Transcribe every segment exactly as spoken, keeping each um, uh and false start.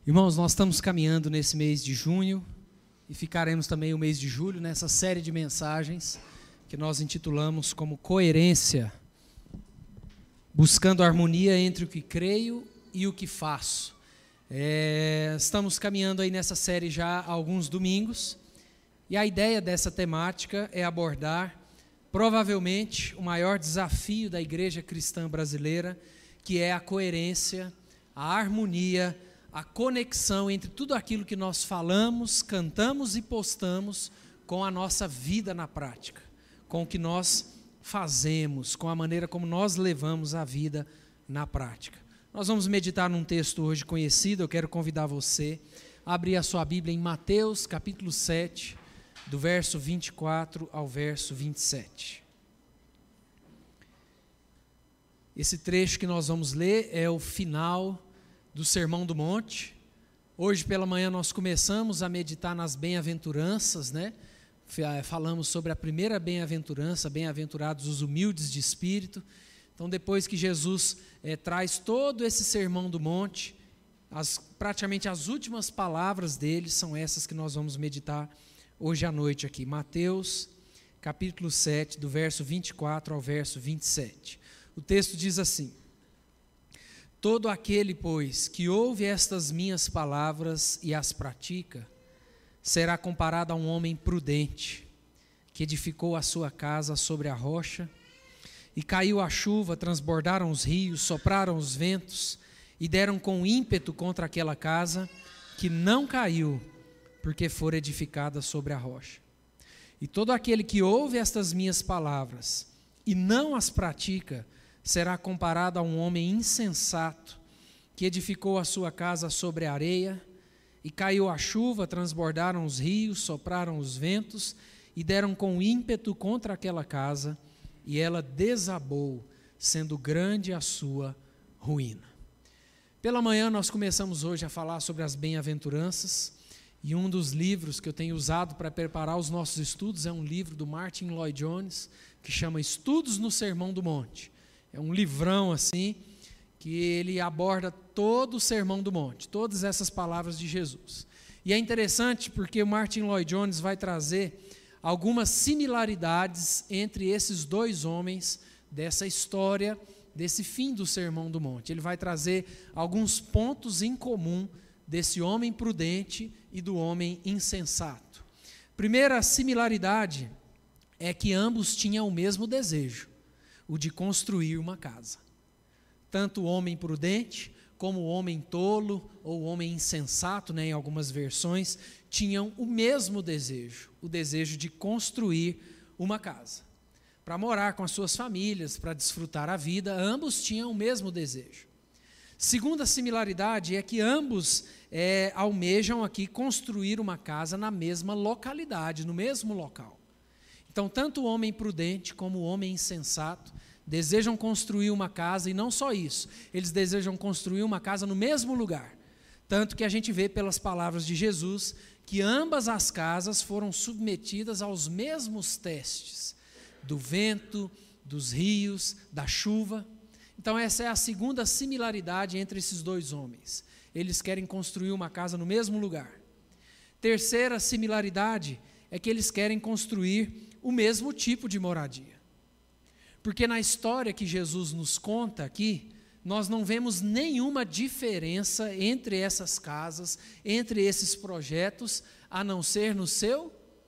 Irmãos, nós estamos caminhando nesse mês de junho e ficaremos também o mês de julho nessa série de mensagens que nós intitulamos como Coerência, buscando harmonia entre o que creio e o que faço. É, estamos caminhando aí nessa série já há alguns domingos e a ideia dessa temática é abordar provavelmente o maior desafio da igreja cristã brasileira, que é a coerência, a harmonia, a conexão entre tudo aquilo que nós falamos, cantamos e postamos com a nossa vida na prática, com o que nós fazemos, com a maneira como nós levamos a vida na prática. Nós vamos meditar num texto hoje conhecido. Eu quero convidar você a abrir a sua Bíblia em Mateus capítulo sete, do verso vinte e quatro ao verso vinte e sete. Esse trecho que nós vamos ler é o final do Sermão do Monte. Hoje pela manhã nós começamos a meditar nas bem-aventuranças, né? Falamos sobre a primeira bem-aventurança, bem-aventurados os humildes de espírito. Então, depois que Jesus é, traz todo esse Sermão do Monte, as, praticamente as últimas palavras dele são essas que nós vamos meditar hoje à noite aqui. Mateus capítulo sete, do verso vinte e quatro ao verso vinte e sete. O texto diz assim: todo aquele, pois, que ouve estas minhas palavras e as pratica, será comparado a um homem prudente, que edificou a sua casa sobre a rocha, e caiu a chuva, transbordaram os rios, sopraram os ventos, e deram com ímpeto contra aquela casa, que não caiu, porque fora edificada sobre a rocha. E todo aquele que ouve estas minhas palavras, e não as pratica, será comparado a um homem insensato, que edificou a sua casa sobre a areia, e caiu a chuva, transbordaram os rios, sopraram os ventos, e deram com ímpeto contra aquela casa, e ela desabou, sendo grande a sua ruína. Pela manhã nós começamos hoje a falar sobre as bem-aventuranças, e um dos livros que eu tenho usado para preparar os nossos estudos é um livro do Martin Lloyd-Jones, que chama Estudos no Sermão do Monte. É um livrão assim, que ele aborda todo o Sermão do Monte, todas essas palavras de Jesus. E é interessante porque o Martin Lloyd-Jones vai trazer algumas similaridades entre esses dois homens dessa história, desse fim do Sermão do Monte. Ele vai trazer alguns pontos em comum desse homem prudente e do homem insensato. Primeira similaridade é que ambos tinham o mesmo desejo, o de construir uma casa. Tanto o homem prudente como o homem tolo ou o homem insensato, né, em algumas versões, tinham o mesmo desejo, o desejo de construir uma casa. Para morar com as suas famílias, para desfrutar a vida, ambos tinham o mesmo desejo. Segunda similaridade é que ambos é, almejam aqui construir uma casa na mesma localidade, no mesmo local. Então, tanto o homem prudente como o homem insensato desejam construir uma casa, e não só isso, eles desejam construir uma casa no mesmo lugar. Tanto que a gente vê pelas palavras de Jesus que ambas as casas foram submetidas aos mesmos testes, do vento, dos rios, da chuva. Então essa é a segunda similaridade entre esses dois homens. Eles querem construir uma casa no mesmo lugar. Terceira similaridade é que eles querem construir o mesmo tipo de moradia. Porque na história que Jesus nos conta aqui, nós não vemos nenhuma diferença entre essas casas, entre esses projetos, a não ser no seu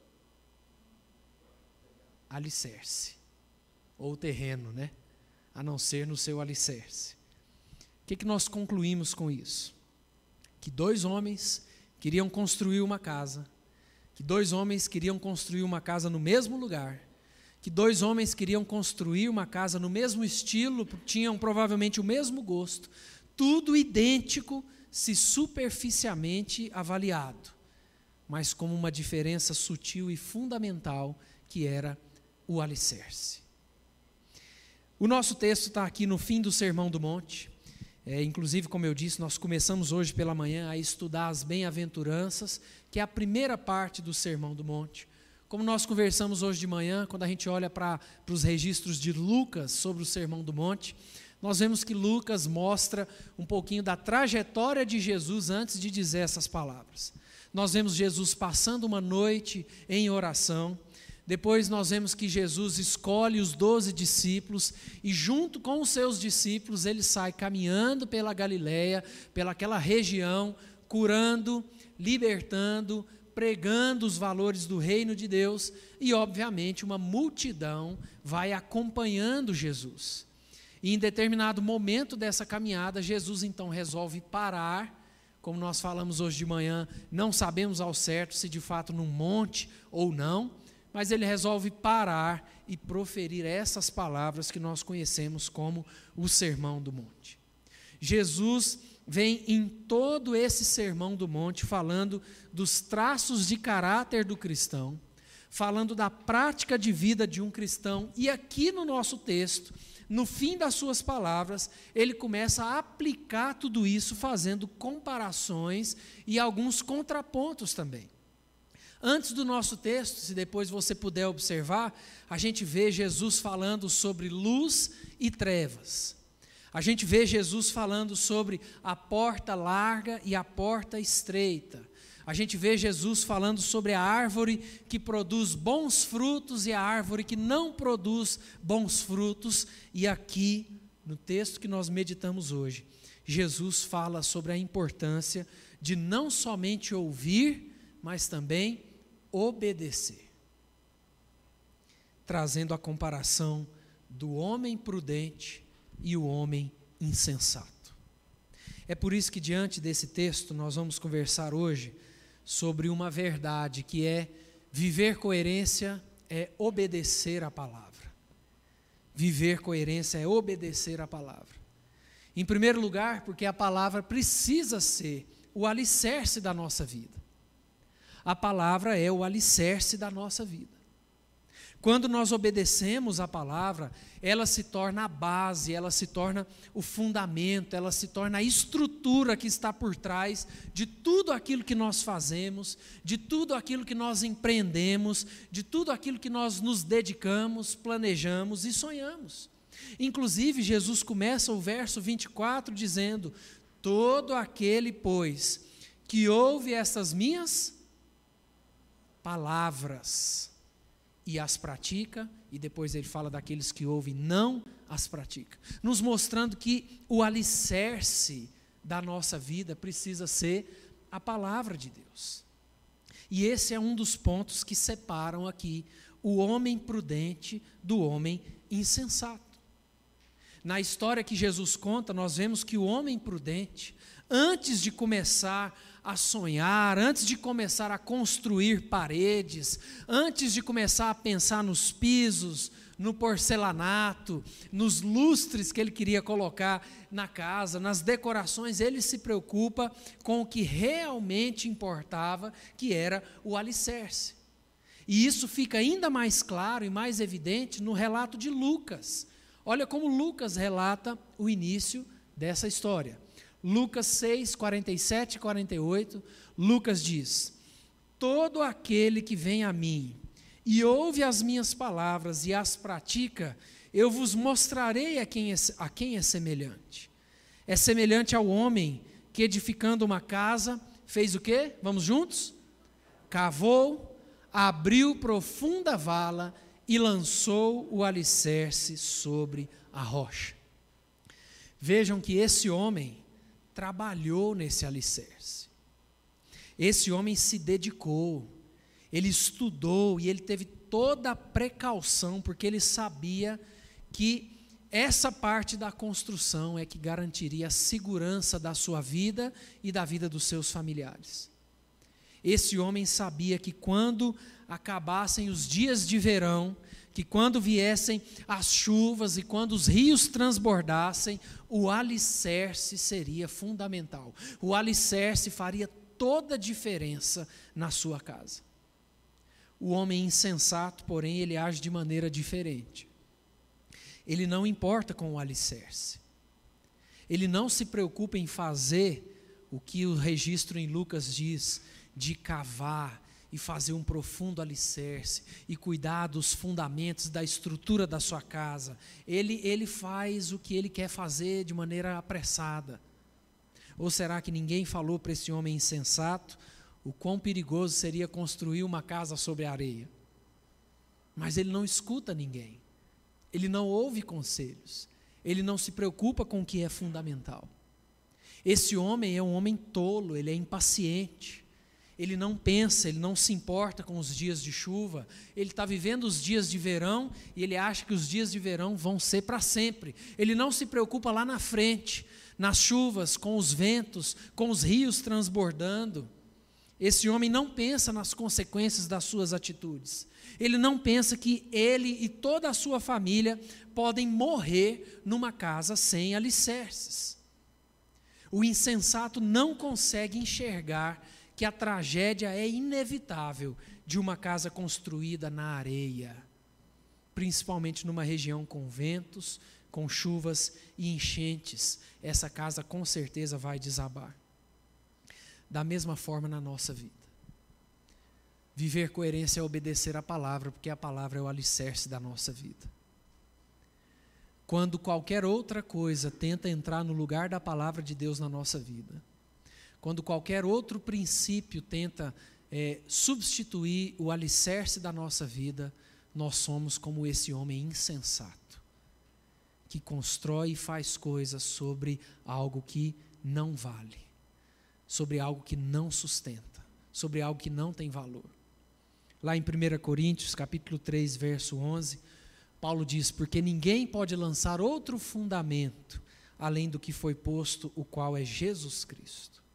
alicerce, ou terreno, né? A não ser no seu alicerce. O que, que nós concluímos com isso? Que dois homens queriam construir uma casa, que dois homens queriam construir uma casa no mesmo lugar, que dois homens queriam construir uma casa no mesmo estilo, tinham provavelmente o mesmo gosto, tudo idêntico se superficialmente avaliado, mas com uma diferença sutil e fundamental, que era o alicerce. O nosso texto está aqui no fim do Sermão do Monte. É, inclusive, como eu disse, nós começamos hoje pela manhã a estudar as bem-aventuranças, que é a primeira parte do Sermão do Monte. Como nós conversamos hoje de manhã, quando a gente olha para os registros de Lucas sobre o Sermão do Monte, nós vemos que Lucas mostra um pouquinho da trajetória de Jesus antes de dizer essas palavras. Nós vemos Jesus passando uma noite em oração. Depois nós vemos que Jesus escolhe os doze discípulos e junto com os seus discípulos ele sai caminhando pela Galileia, pelaquela região, curando, libertando, pregando os valores do reino de Deus e obviamente uma multidão vai acompanhando Jesus. E em determinado momento dessa caminhada, Jesus então resolve parar, como nós falamos hoje de manhã, não sabemos ao certo se de fato num monte ou não, mas ele resolve parar e proferir essas palavras que nós conhecemos como o Sermão do Monte. Jesus vem em todo esse Sermão do Monte falando dos traços de caráter do cristão, falando da prática de vida de um cristão, e aqui no nosso texto, no fim das suas palavras, ele começa a aplicar tudo isso, fazendo comparações e alguns contrapontos também. Antes do nosso texto, se depois você puder observar, a gente vê Jesus falando sobre luz e trevas. A gente vê Jesus falando sobre a porta larga e a porta estreita. A gente vê Jesus falando sobre a árvore que produz bons frutos e a árvore que não produz bons frutos. E aqui, no texto que nós meditamos hoje, Jesus fala sobre a importância de não somente ouvir, mas também obedecer, trazendo a comparação do homem prudente e o homem insensato. É por isso que diante desse texto nós vamos conversar hoje sobre uma verdade que é viver coerência é obedecer a palavra. Viver coerência é obedecer a palavra. Em primeiro lugar, porque a palavra precisa ser o alicerce da nossa vida. A palavra é o alicerce da nossa vida. Quando nós obedecemos a palavra, ela se torna a base, ela se torna o fundamento, ela se torna a estrutura que está por trás de tudo aquilo que nós fazemos, de tudo aquilo que nós empreendemos, de tudo aquilo que nós nos dedicamos, planejamos e sonhamos. Inclusive, Jesus começa o verso vinte e quatro dizendo: todo aquele, pois, que ouve essas minhas palavras e as pratica, e depois ele fala daqueles que ouvem e não as pratica, nos mostrando que o alicerce da nossa vida precisa ser a palavra de Deus. E esse é um dos pontos que separam aqui o homem prudente do homem insensato. Na história que Jesus conta, nós vemos que o homem prudente, antes de começar a sonhar, antes de começar a construir paredes, antes de começar a pensar nos pisos, no porcelanato, nos lustres que ele queria colocar na casa, nas decorações, ele se preocupa com o que realmente importava, que era o alicerce. E isso fica ainda mais claro e mais evidente no relato de Lucas. Olha como Lucas relata o início dessa história. Lucas seis, quarenta e sete e quarenta e oito, Lucas diz: todo aquele que vem a mim e ouve as minhas palavras e as pratica, eu vos mostrarei a quem é, a quem é semelhante. É semelhante ao homem que, edificando uma casa, fez o quê? Vamos juntos? Cavou, abriu profunda vala e lançou o alicerce sobre a rocha. Vejam que esse homem trabalhou nesse alicerce. Esse homem se dedicou, ele estudou e ele teve toda a precaução, porque ele sabia que essa parte da construção é que garantiria a segurança da sua vida e da vida dos seus familiares. Esse homem sabia que quando acabassem os dias de verão, que quando viessem as chuvas e quando os rios transbordassem, o alicerce seria fundamental. O alicerce faria toda a diferença na sua casa. O homem insensato, porém, ele age de maneira diferente. Ele não importa com o alicerce. Ele não se preocupa em fazer o que o registro em Lucas diz, de cavar e fazer um profundo alicerce e cuidar dos fundamentos, da estrutura da sua casa. Ele, ele faz o que ele quer fazer de maneira apressada. Ou será que ninguém falou para esse homem insensato o quão perigoso seria construir uma casa sobre a areia? Mas ele não escuta ninguém, ele não ouve conselhos, ele não se preocupa com o que é fundamental. Esse homem é um homem tolo, ele é impaciente, ele não pensa, ele não se importa com os dias de chuva, ele está vivendo os dias de verão e ele acha que os dias de verão vão ser para sempre. Ele não se preocupa lá na frente, nas chuvas, com os ventos, com os rios transbordando. Esse homem não pensa nas consequências das suas atitudes. Ele não pensa que ele e toda a sua família podem morrer numa casa sem alicerces. O insensato não consegue enxergar que a tragédia é inevitável de uma casa construída na areia, principalmente numa região com ventos, com chuvas e enchentes. Essa casa com certeza vai desabar. Da mesma forma na nossa vida. Viver coerência é obedecer a palavra, porque a palavra é o alicerce da nossa vida. Quando qualquer outra coisa tenta entrar no lugar da palavra de Deus na nossa vida, quando qualquer outro princípio tenta é, substituir o alicerce da nossa vida, nós somos como esse homem insensato, que constrói e faz coisas sobre algo que não vale, sobre algo que não sustenta, sobre algo que não tem valor. Lá em primeira Coríntios, capítulo três, verso onze, Paulo diz: porque ninguém pode lançar outro fundamento além do que foi posto, o qual é Jesus Cristo.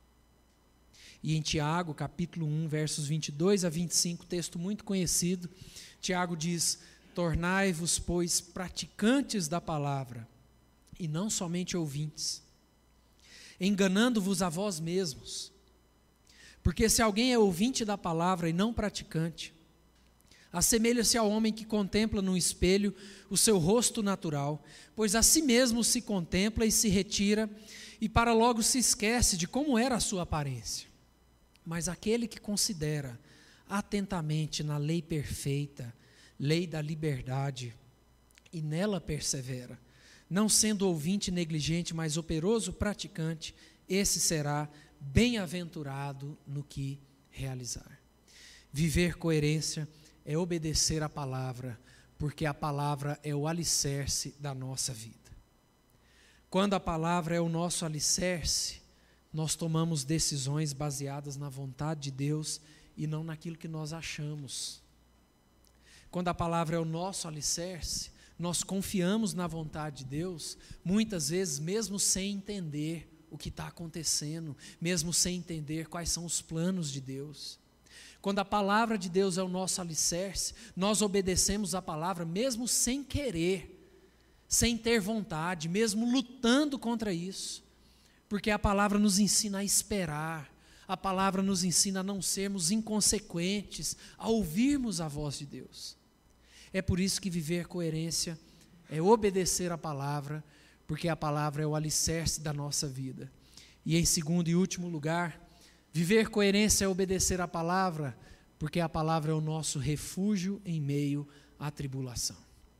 E em Tiago, capítulo um, versos vinte e dois a vinte e cinco, texto muito conhecido, Tiago diz: tornai-vos, pois, praticantes da palavra, e não somente ouvintes, enganando-vos a vós mesmos. Porque se alguém é ouvinte da palavra e não praticante, assemelha-se ao homem que contempla no espelho o seu rosto natural, pois a si mesmo se contempla e se retira, e para logo se esquece de como era a sua aparência. Mas aquele que considera atentamente na lei perfeita, lei da liberdade, e nela persevera, não sendo ouvinte negligente, mas operoso praticante, esse será bem-aventurado no que realizar. Viver coerência é obedecer a palavra, porque a palavra é o alicerce da nossa vida. Quando a palavra é o nosso alicerce, nós tomamos decisões baseadas na vontade de Deus e não naquilo que nós achamos. Quando a palavra é o nosso alicerce, nós confiamos na vontade de Deus, muitas vezes mesmo sem entender o que está acontecendo, mesmo sem entender quais são os planos de Deus. Quando a palavra de Deus é o nosso alicerce, nós obedecemos a palavra mesmo sem querer, sem ter vontade, mesmo lutando contra isso, porque a palavra nos ensina a esperar, a palavra nos ensina a não sermos inconsequentes, a ouvirmos a voz de Deus. É por isso que viver coerência é obedecer a palavra, porque a palavra é o alicerce da nossa vida. E em segundo e último lugar, viver coerência é obedecer a palavra, porque a palavra é o nosso refúgio em meio à tribulação.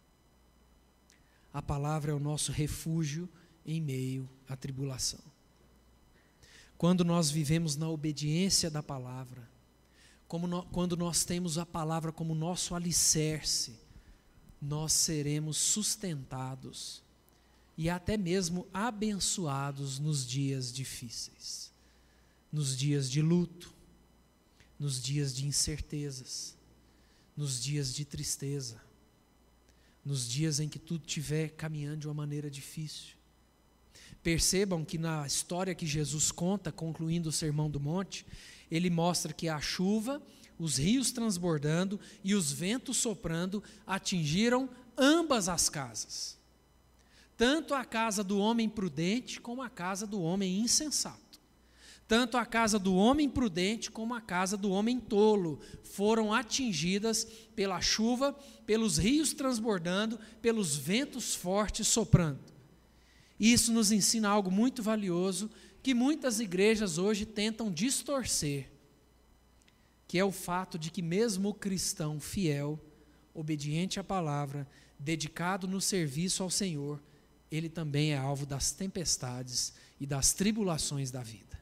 A palavra é o nosso refúgio em meio à tribulação. Quando nós vivemos na obediência da palavra, como no, quando nós temos a palavra como nosso alicerce, nós seremos sustentados e até mesmo abençoados nos dias difíceis, nos dias de luto, nos dias de incertezas, nos dias de tristeza, nos dias em que tudo estiver caminhando de uma maneira difícil. Percebam que na história que Jesus conta, concluindo o Sermão do Monte, ele mostra que a chuva, os rios transbordando e os ventos soprando atingiram ambas as casas. Tanto a casa do homem prudente como a casa do homem insensato. Tanto a casa do homem prudente como a casa do homem tolo foram atingidas pela chuva, pelos rios transbordando, pelos ventos fortes soprando. Isso nos ensina algo muito valioso que muitas igrejas hoje tentam distorcer, que é o fato de que mesmo o cristão fiel, obediente à palavra, dedicado no serviço ao Senhor, ele também é alvo das tempestades e das tribulações da vida.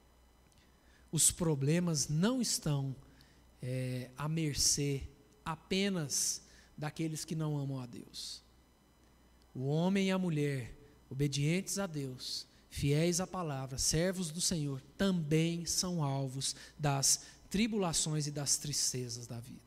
Os problemas não estão é, à mercê apenas daqueles que não amam a Deus. O homem e a mulher, obedientes a Deus, fiéis à palavra, servos do Senhor, também são alvos das tribulações e das tristezas da vida.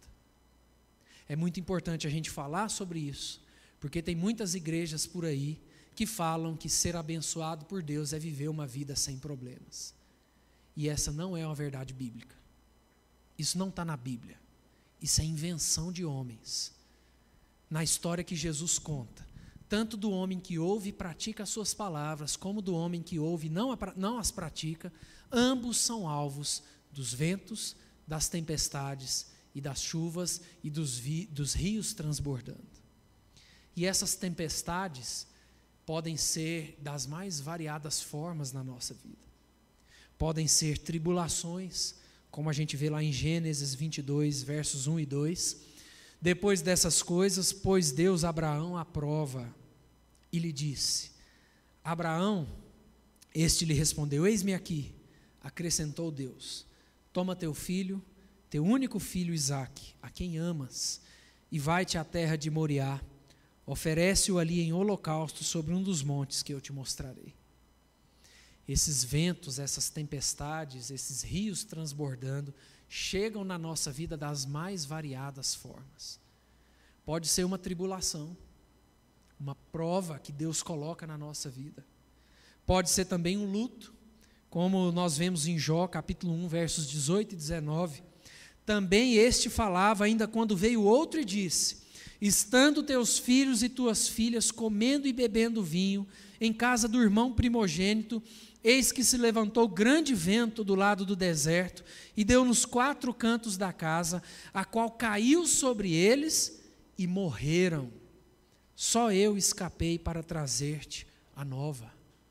É muito importante a gente falar sobre isso, porque tem muitas igrejas por aí que falam que ser abençoado por Deus é viver uma vida sem problemas. E essa não é uma verdade bíblica. Isso não está na Bíblia. Isso é invenção de homens. Na história que Jesus conta, tanto do homem que ouve e pratica as suas palavras, como do homem que ouve e não, não as pratica, ambos são alvos dos ventos, das tempestades e das chuvas e dos, vi, dos rios transbordando. E essas tempestades podem ser das mais variadas formas na nossa vida. Podem ser tribulações, como a gente vê lá em Gênesis vinte e dois, versos um e dois. Depois dessas coisas, pôs Deus Abraão à prova e lhe disse: Abraão, este lhe respondeu: eis-me aqui. Acrescentou Deus: toma teu filho, teu único filho Isaque, a quem amas, e vai-te à terra de Moriá, oferece-o ali em holocausto sobre um dos montes que eu te mostrarei. Esses ventos, essas tempestades, esses rios transbordando, chegam na nossa vida das mais variadas formas. Pode ser uma tribulação, uma prova que Deus coloca na nossa vida. Pode ser também um luto, como nós vemos em Jó, capítulo um, versos dezoito e dezenove. Também este falava ainda quando veio outro e disse: estando teus filhos e tuas filhas comendo e bebendo vinho em casa do irmão primogênito, eis que se levantou grande vento do lado do deserto e deu nos quatro cantos da casa, a qual caiu sobre eles e morreram. Só eu escapei para trazer-te a nova.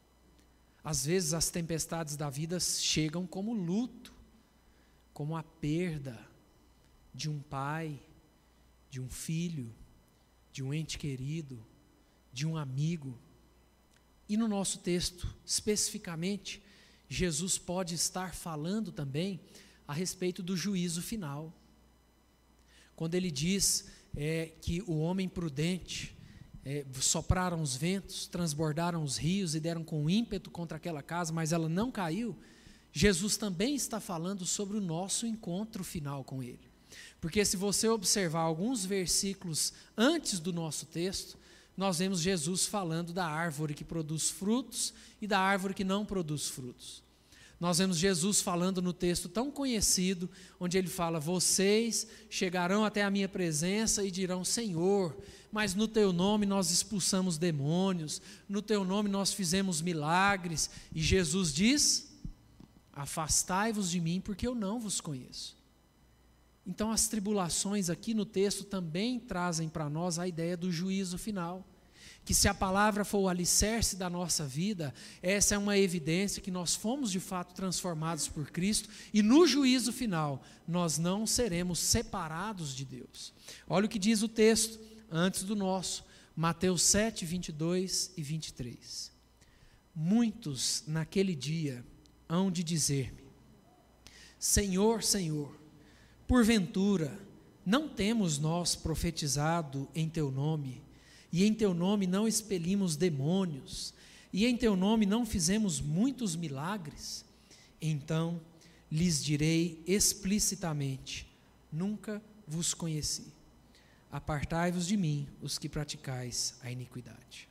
Às vezes as tempestades da vida chegam como luto, como a perda de um pai, de um filho, de um ente querido, de um amigo. E no nosso texto, especificamente, Jesus pode estar falando também a respeito do juízo final. Quando ele diz é, que o homem prudente, é, sopraram os ventos, transbordaram os rios e deram com ímpeto contra aquela casa, mas ela não caiu, Jesus também está falando sobre o nosso encontro final com ele. Porque se você observar alguns versículos antes do nosso texto, nós vemos Jesus falando da árvore que produz frutos e da árvore que não produz frutos. Nós vemos Jesus falando no texto tão conhecido, onde ele fala: vocês chegarão até a minha presença e dirão: Senhor, mas no teu nome nós expulsamos demônios, no teu nome nós fizemos milagres. E Jesus diz: afastai-vos de mim, porque eu não vos conheço. Então as tribulações aqui no texto também trazem para nós a ideia do juízo final, que se a palavra for o alicerce da nossa vida, essa é uma evidência que nós fomos de fato transformados por Cristo, e no juízo final nós não seremos separados de Deus. Olha o que diz o texto antes do nosso, Mateus sete, vinte e dois e vinte e três. Muitos naquele dia hão de dizer-me: Senhor, Senhor, porventura, não temos nós profetizado em teu nome, e em teu nome não expelimos demônios, e em teu nome não fizemos muitos milagres? Então lhes direi explicitamente: nunca vos conheci. Apartai-vos de mim, os que praticais a iniquidade.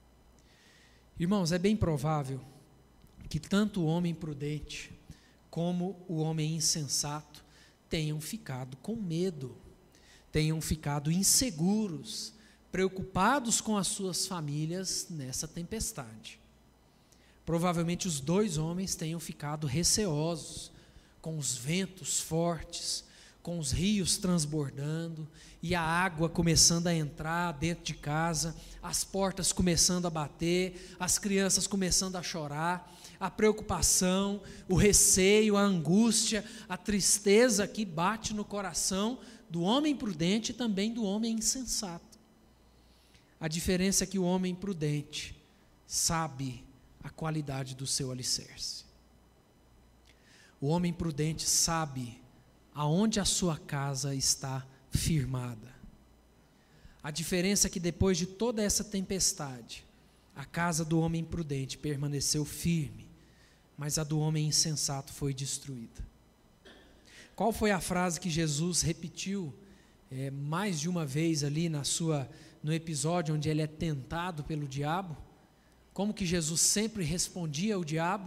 Irmãos, é bem provável que tanto o homem prudente como o homem insensato tenham ficado com medo, tenham ficado inseguros, preocupados com as suas famílias nessa tempestade. Provavelmente os dois homens tenham ficado receosos, com os ventos fortes, com os rios transbordando, e a água começando a entrar dentro de casa, as portas começando a bater, as crianças começando a chorar, a preocupação, o receio, a angústia, a tristeza que bate no coração do homem prudente e também do homem insensato. A diferença é que o homem prudente sabe a qualidade do seu alicerce. O homem prudente sabe aonde a sua casa está firmada. A diferença é que depois de toda essa tempestade, a casa do homem prudente permaneceu firme, mas a do homem insensato foi destruída. Qual foi a frase que Jesus repetiu é, mais de uma vez ali na sua, no episódio onde ele é tentado pelo diabo? Como que Jesus sempre respondia ao diabo?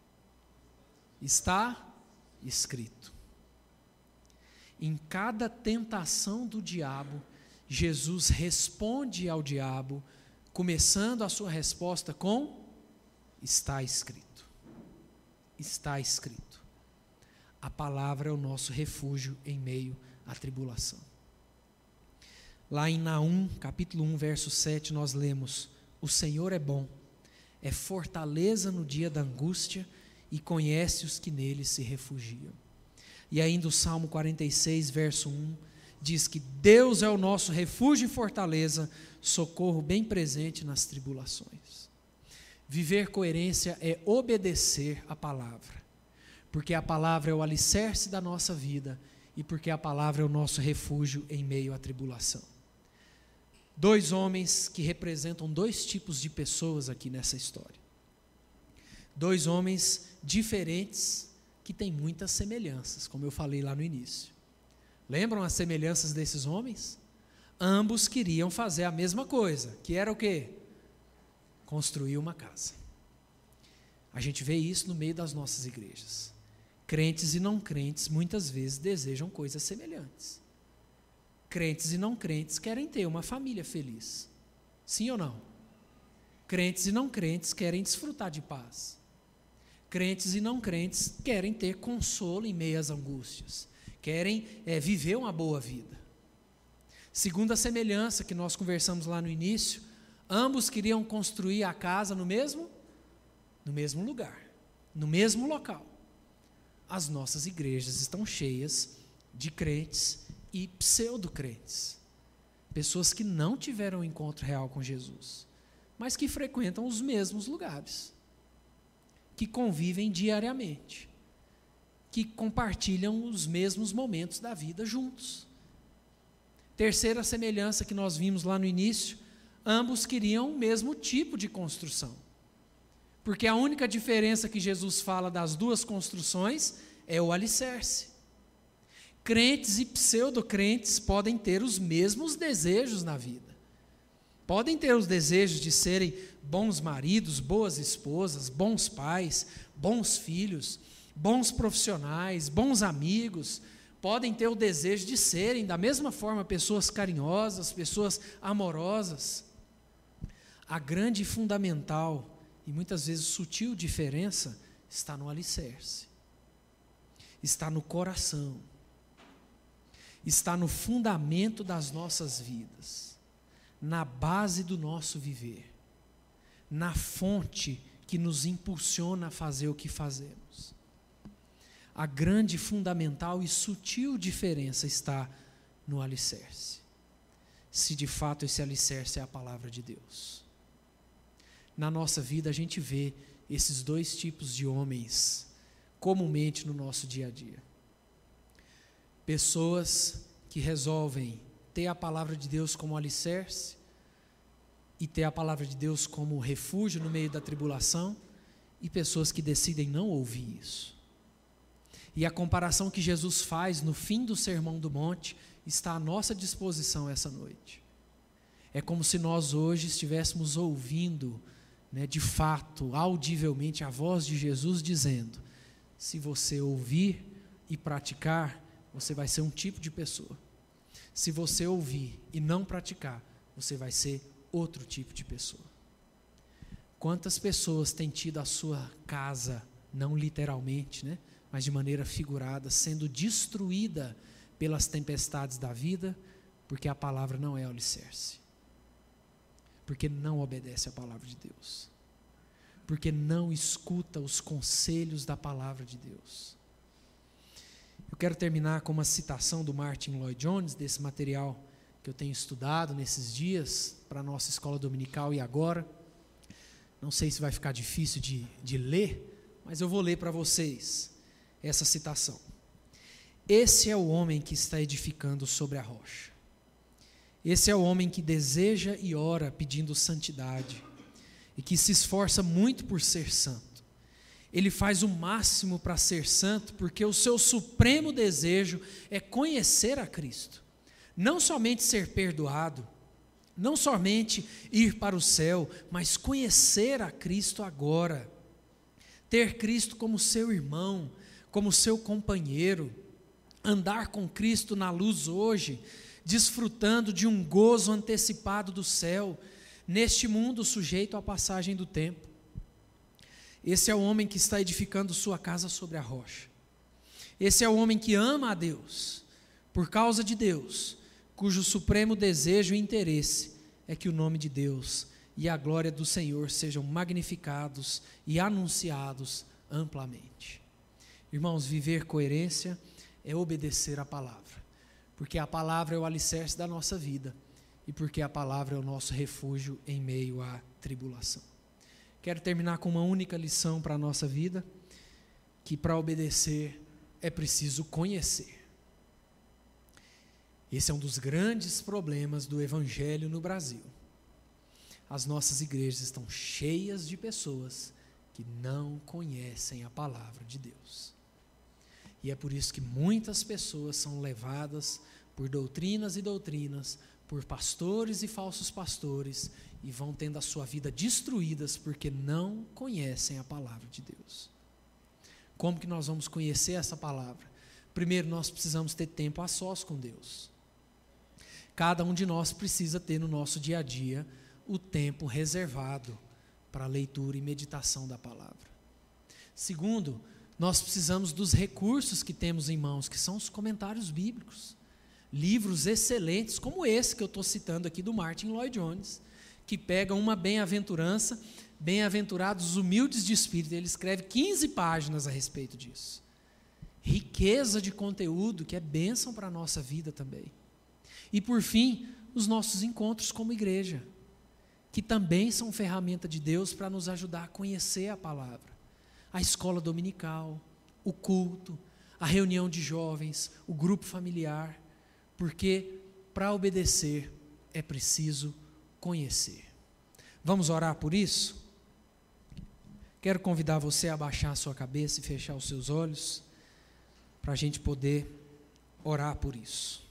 Está escrito. Em cada tentação do diabo, Jesus responde ao diabo, começando a sua resposta com: está escrito. Está escrito. A palavra é o nosso refúgio em meio à tribulação. Lá em Naum, capítulo um, verso sete, nós lemos: o Senhor é bom, é fortaleza no dia da angústia e conhece os que nele se refugiam. E ainda o Salmo quarenta e seis, verso um, diz que Deus é o nosso refúgio e fortaleza, socorro bem presente nas tribulações. Viver coerência é obedecer a palavra, porque a palavra é o alicerce da nossa vida e porque a palavra é o nosso refúgio em meio à tribulação. Dois homens que representam dois tipos de pessoas aqui nessa história. Dois homens diferentes que têm muitas semelhanças, como eu falei lá no início. Lembram as semelhanças desses homens? Ambos queriam fazer a mesma coisa, que era o quê? Construir uma casa. A gente vê isso no meio das nossas igrejas. Crentes e não crentes muitas vezes desejam coisas semelhantes. Crentes e não crentes querem ter uma família feliz. Sim ou não? Crentes e não crentes querem desfrutar de paz. Crentes e não crentes querem ter consolo em meio às angústias. Querem é, viver uma boa vida. Segundo a semelhança que nós conversamos lá no início, ambos queriam construir a casa no mesmo, no mesmo lugar, no mesmo local. As nossas igrejas estão cheias de crentes e pseudo-crentes, pessoas que não tiveram um encontro real com Jesus, mas que frequentam os mesmos lugares, que convivem diariamente, que compartilham os mesmos momentos da vida juntos. Terceira semelhança que nós vimos lá no início, ambos queriam o mesmo tipo de construção, porque a única diferença que Jesus fala das duas construções é o alicerce. Crentes e pseudo-crentes podem ter os mesmos desejos na vida, podem ter os desejos de serem bons maridos, boas esposas, bons pais, bons filhos, bons profissionais, bons amigos, podem ter o desejo de serem, da mesma forma, pessoas carinhosas, pessoas amorosas. A grande e fundamental, e muitas vezes sutil diferença, está no alicerce, está no coração, está no fundamento das nossas vidas, na base do nosso viver, na fonte que nos impulsiona a fazer o que fazemos. A grande, fundamental e sutil diferença está no alicerce, se de fato esse alicerce é a palavra de Deus. Na nossa vida a gente vê esses dois tipos de homens comumente no nosso dia a dia. Pessoas que resolvem ter a palavra de Deus como alicerce e ter a palavra de Deus como refúgio no meio da tribulação, e pessoas que decidem não ouvir isso. E a comparação que Jesus faz no fim do Sermão do Monte está à nossa disposição essa noite. É como se nós hoje estivéssemos ouvindo, né, de fato, audivelmente, a voz de Jesus dizendo: se você ouvir e praticar, você vai ser um tipo de pessoa. Se você ouvir e não praticar, você vai ser outro tipo de pessoa. Quantas pessoas têm tido a sua casa, não literalmente, né, mas de maneira figurada, sendo destruída pelas tempestades da vida, porque a palavra não é alicerce, porque não obedece à palavra de Deus. porque não escuta os conselhos da palavra de Deus. Eu quero terminar com uma citação do Martin Lloyd Jones, desse material que eu tenho estudado nesses dias, para a nossa escola dominical e agora. Não sei se vai ficar difícil de, de ler, mas eu vou ler para vocês essa citação. Esse é o homem que está edificando sobre a rocha. Esse é o homem que deseja e ora pedindo santidade, e que se esforça muito por ser santo. Ele faz o máximo para ser santo, porque o seu supremo desejo é conhecer a Cristo. Não somente ser perdoado, não somente ir para o céu, mas conhecer a Cristo agora. Ter Cristo como seu irmão, como seu companheiro. Andar com Cristo na luz hoje, desfrutando de um gozo antecipado do céu, neste mundo sujeito à passagem do tempo. Esse é o homem que está edificando sua casa sobre a rocha. Esse é o homem que ama a Deus, por causa de Deus, cujo supremo desejo e interesse é que o nome de Deus e a glória do Senhor sejam magnificados e anunciados amplamente. Irmãos, viver coerência é obedecer a palavra, porque a palavra é o alicerce da nossa vida e porque a palavra é o nosso refúgio em meio à tribulação. Quero terminar com uma única lição para a nossa vida, que para obedecer é preciso conhecer. Esse é um dos grandes problemas do evangelho no Brasil. As nossas igrejas estão cheias de pessoas que não conhecem a palavra de Deus. E é por isso que muitas pessoas são levadas por doutrinas e doutrinas, por pastores e falsos pastores, e vão tendo a sua vida destruídas porque não conhecem a palavra de Deus. Como que nós vamos conhecer essa palavra? Primeiro, nós precisamos ter tempo a sós com Deus. Cada um de nós precisa ter no nosso dia a dia o tempo reservado para a leitura e meditação da palavra. Segundo, nós precisamos dos recursos que temos em mãos, que são os comentários bíblicos. Livros excelentes, como esse que eu estou citando aqui do Martin Lloyd Jones, que pega uma bem-aventurança, bem-aventurados os humildes de espírito, ele escreve quinze páginas a respeito disso. Riqueza de conteúdo, que é bênção para a nossa vida também. E por fim, os nossos encontros como igreja, que também são ferramenta de Deus para nos ajudar a conhecer a palavra. A escola dominical, o culto, a reunião de jovens, o grupo familiar, porque para obedecer é preciso conhecer. Vamos orar por isso? Quero convidar você a baixar a sua cabeça e fechar os seus olhos, para a gente poder orar por isso.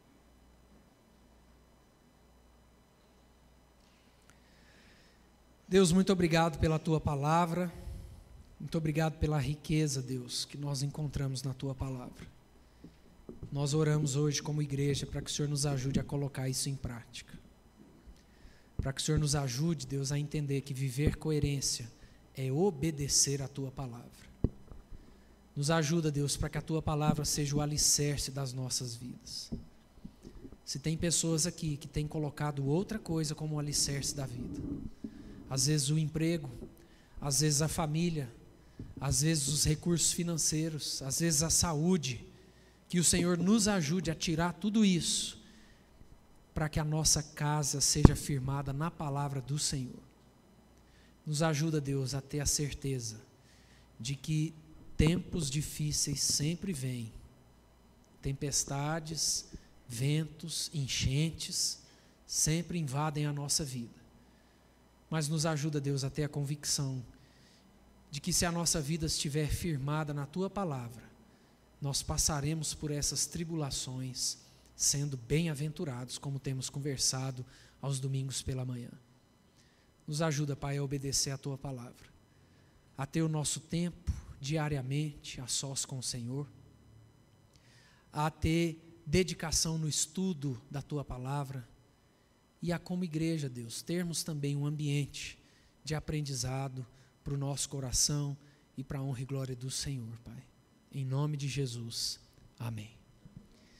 Deus, muito obrigado pela Tua palavra, muito obrigado pela riqueza, Deus, que nós encontramos na Tua palavra. Nós oramos hoje como igreja para que o Senhor nos ajude a colocar isso em prática. Para que o Senhor nos ajude, Deus, a entender que viver coerência é obedecer a Tua palavra. Nos ajuda, Deus, para que a Tua palavra seja o alicerce das nossas vidas. Se tem pessoas aqui que têm colocado outra coisa como o alicerce da vida, às vezes o emprego, às vezes a família, às vezes os recursos financeiros, às vezes a saúde, que o Senhor nos ajude a tirar tudo isso, para que a nossa casa seja firmada na palavra do Senhor. Nos ajuda, Deus, a ter a certeza de que tempos difíceis sempre vêm. Tempestades, ventos, enchentes, sempre invadem a nossa vida. Mas nos ajuda, Deus, a ter a convicção de que se a nossa vida estiver firmada na Tua palavra, nós passaremos por essas tribulações sendo bem-aventurados, como temos conversado aos domingos pela manhã. Nos ajuda, Pai, a obedecer a Tua palavra, a ter o nosso tempo diariamente a sós com o Senhor, a ter dedicação no estudo da Tua palavra e a, como igreja, Deus, termos também um ambiente de aprendizado para o nosso coração e para a honra e glória do Senhor, Pai. Em nome de Jesus, amém.